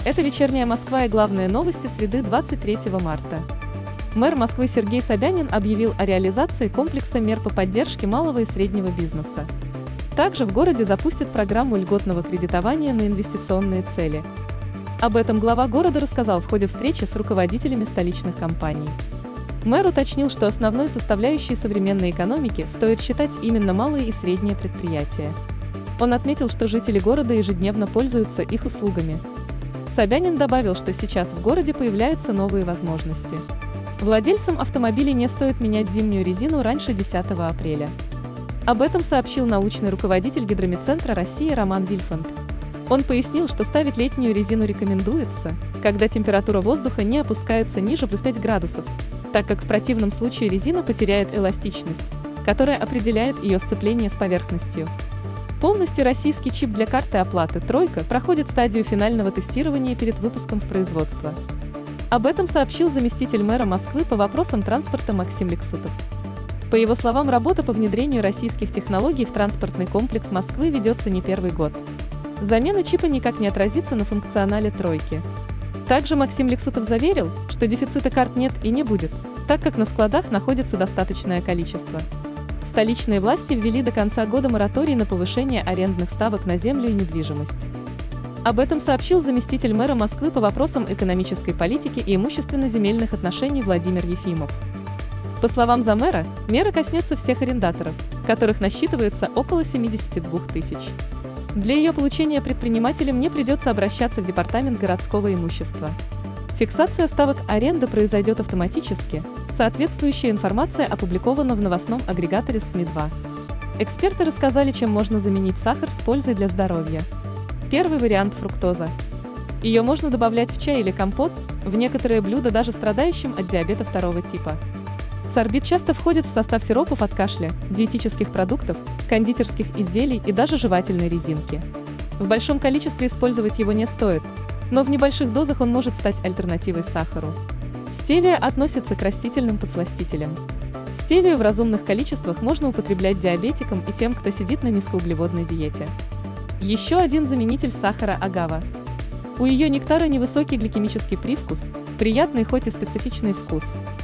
Это «Вечерняя Москва» и главные новости среды 23 марта. Мэр Москвы Сергей Собянин объявил о реализации комплекса мер по поддержке малого и среднего бизнеса. Также в городе запустят программу льготного кредитования на инвестиционные цели. Об этом глава города рассказал в ходе встречи с руководителями столичных компаний. Мэр уточнил, что основной составляющей современной экономики стоит считать именно малые и средние предприятия. Он отметил, что жители города ежедневно пользуются их услугами. Собянин добавил, что сейчас в городе появляются новые возможности. Владельцам автомобилей не стоит менять зимнюю резину раньше 10 апреля. Об этом сообщил научный руководитель Гидромедцентра России Роман Вильфанд. Он пояснил, что ставить летнюю резину рекомендуется, когда температура воздуха не опускается ниже +5 градусов, так как в противном случае резина потеряет эластичность, которая определяет ее сцепление с поверхностью. Полностью российский чип для карты оплаты «Тройка» проходит стадию финального тестирования перед выпуском в производство. Об этом сообщил заместитель мэра Москвы по вопросам транспорта Максим Лексутов. По его словам, работа по внедрению российских технологий в транспортный комплекс Москвы ведется не первый год. Замена чипа никак не отразится на функционале «Тройки». Также Максим Лексутов заверил, что дефицита карт нет и не будет, так как на складах находится достаточное количество. Столичные власти ввели до конца года мораторий на повышение арендных ставок на землю и недвижимость. Об этом сообщил заместитель мэра Москвы по вопросам экономической политики и имущественно-земельных отношений Владимир Ефимов. По словам замэра, мера коснется всех арендаторов, которых насчитывается около 72 тысяч. Для ее получения предпринимателям не придется обращаться в Департамент городского имущества. Фиксация ставок аренды произойдет автоматически, соответствующая информация опубликована в новостном агрегаторе СМИ-2. Эксперты рассказали, чем можно заменить сахар с пользой для здоровья. Первый вариант – фруктоза. Ее можно добавлять в чай или компот, в некоторые блюда даже страдающим от диабета 2 типа. Сорбит часто входит в состав сиропов от кашля, диетических продуктов, кондитерских изделий и даже жевательной резинки. В большом количестве использовать его не стоит, но в небольших дозах он может стать альтернативой сахару. Стевия относится к растительным подсластителям. Стевию в разумных количествах можно употреблять диабетикам и тем, кто сидит на низкоуглеводной диете. Еще один заменитель сахара – агава. У ее нектара невысокий гликемический привкус, приятный хоть и специфичный вкус.